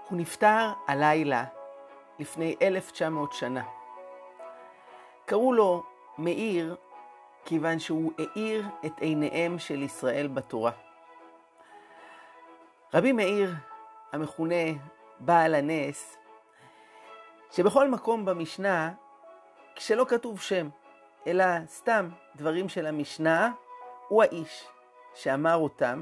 הוא נפטר הלילה לפני 1900 שנה. קראו לו מאיר כיוון שהוא האיר את עיניהם של ישראל בתורה. רבי מאיר, המכונה בעל הנס, שבכל מקום במשנה, כשלא כתוב שם, אלא סתם דברים של המשנה, הוא האיש שאמר אותם.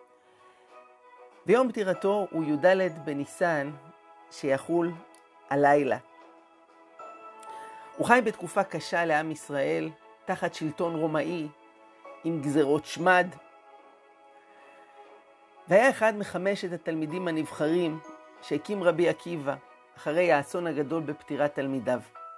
ביום פטירתו הוא י"ד בניסן, שיחול הלילה. הוא חי בתקופה קשה לעם ישראל, תחת שלטון רומאי, עם גזרות שמד, והיה אחד מחמשת התלמידים הנבחרים שהקים רבי עקיבא, אחרי האסון הגדול בפטירת תלמידיו.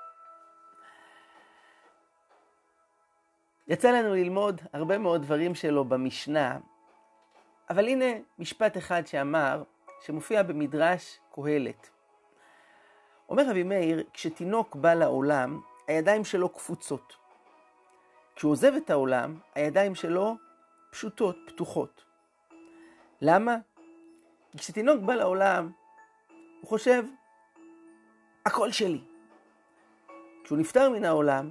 יצא לנו ללמוד הרבה מאוד דברים שלו במשנה, אבל הנה משפט אחד שאמר, שמופיע במדרש קהלת. אומר רבי מאיר, כשתינוק בא לעולם, הידיים שלו קפוצות. כשהוא עוזב את העולם, הידיים שלו פשוטות, פתוחות. למה? כי כשתינוק בא לעולם, הוא חושב, הכל שלי. כשהוא נפטר מן העולם,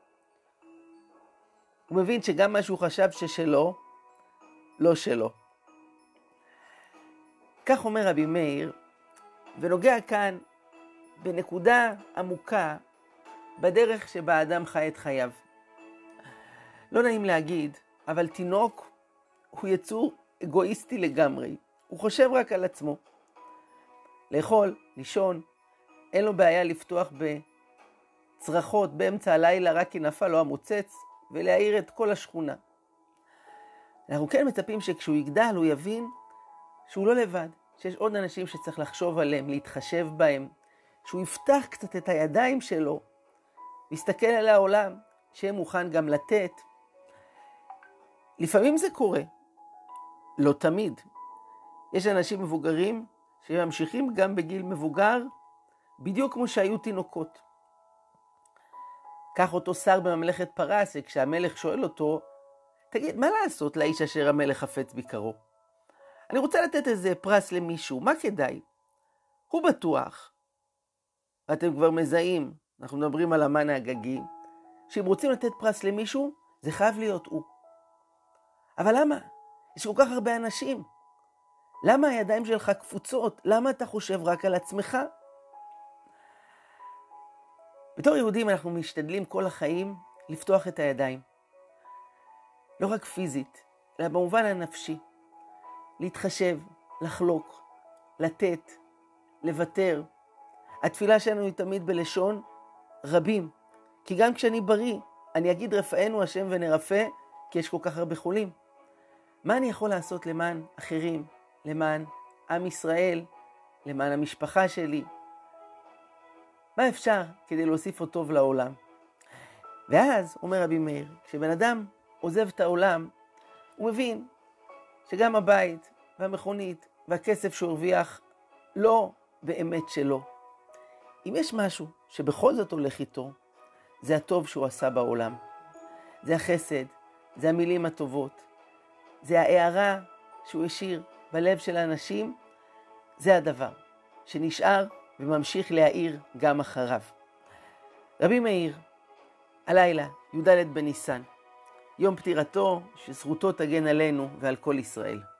הוא מבין שגם מה שהוא חשב ששלו, לא שלו. כך אומר רבי מאיר, ונוגע כאן בנקודה עמוקה בדרך שבה האדם חי את חייו. לא נעים להגיד, אבל תינוק הוא יצור אגואיסטי לגמרי. הוא חושב רק על עצמו. לאכול, לישון, אין לו בעיה לפתוח בצרחות באמצע הלילה רק כי נפל לו המוצץ, ולהעיר את כל השכונה. אנחנו כן מצפים שכשהוא יגדל הוא יבין שהוא לא לבד, שיש עוד אנשים שצריך לחשוב עליהם, להתחשב בהם, שהוא יפתח קצת את הידיים שלו, להסתכל על העולם, שיהיה מוכן גם לתת. לפעמים זה קורה, לא תמיד. יש אנשים מבוגרים שממשיכים גם בגיל מבוגר, בדיוק כמו שהיו תינוקות. כך אותו שר בממלכת פרס, כשהמלך שואל אותו, תגיד, מה לעשות לאיש אשר המלך חפץ ביקרו? אני רוצה לתת איזה פרס למישהו, מה כדאי? הוא בטוח, ואתם כבר מזהים, אנחנו מדברים על המן האגגי, שאם רוצים לתת פרס למישהו, זה חייב להיות הוא. אבל למה? יש כל כך הרבה אנשים. למה הידיים שלך קפוצות? למה אתה חושב רק על עצמך? בתור יהודים אנחנו משתדלים כל החיים לפתוח את הידיים. לא רק פיזית, אלא במובן הנפשי. להתחשב, לחלוק, לתת, לוותר. התפילה שלנו היא תמיד בלשון רבים. כי גם כשאני בריא, אני אגיד רפאנו השם ונרפא, כי יש כל כך הרבה חולים. מה אני יכול לעשות למען אחרים, למען עם ישראל, למען המשפחה שלי? מה אפשר כדי להוסיף עוד טוב לעולם? ואז, אומר רבי מאיר, כשבן אדם עוזב את העולם, הוא מבין שגם הבית והמכונית והכסף שהוא הרוויח לא באמת שלו. אם יש משהו שבכל זאת הולך איתו, זה הטוב שהוא עשה בעולם. זה החסד, זה המילים הטובות, זה ההערה שהוא השאיר בלב של האנשים, זה הדבר שנשאר וממשיך להאיר גם אחריו. רבי מאיר, הלילה, י"ד בניסן, יום פטירתו, שזכותו תגן עלינו ועל כל ישראל.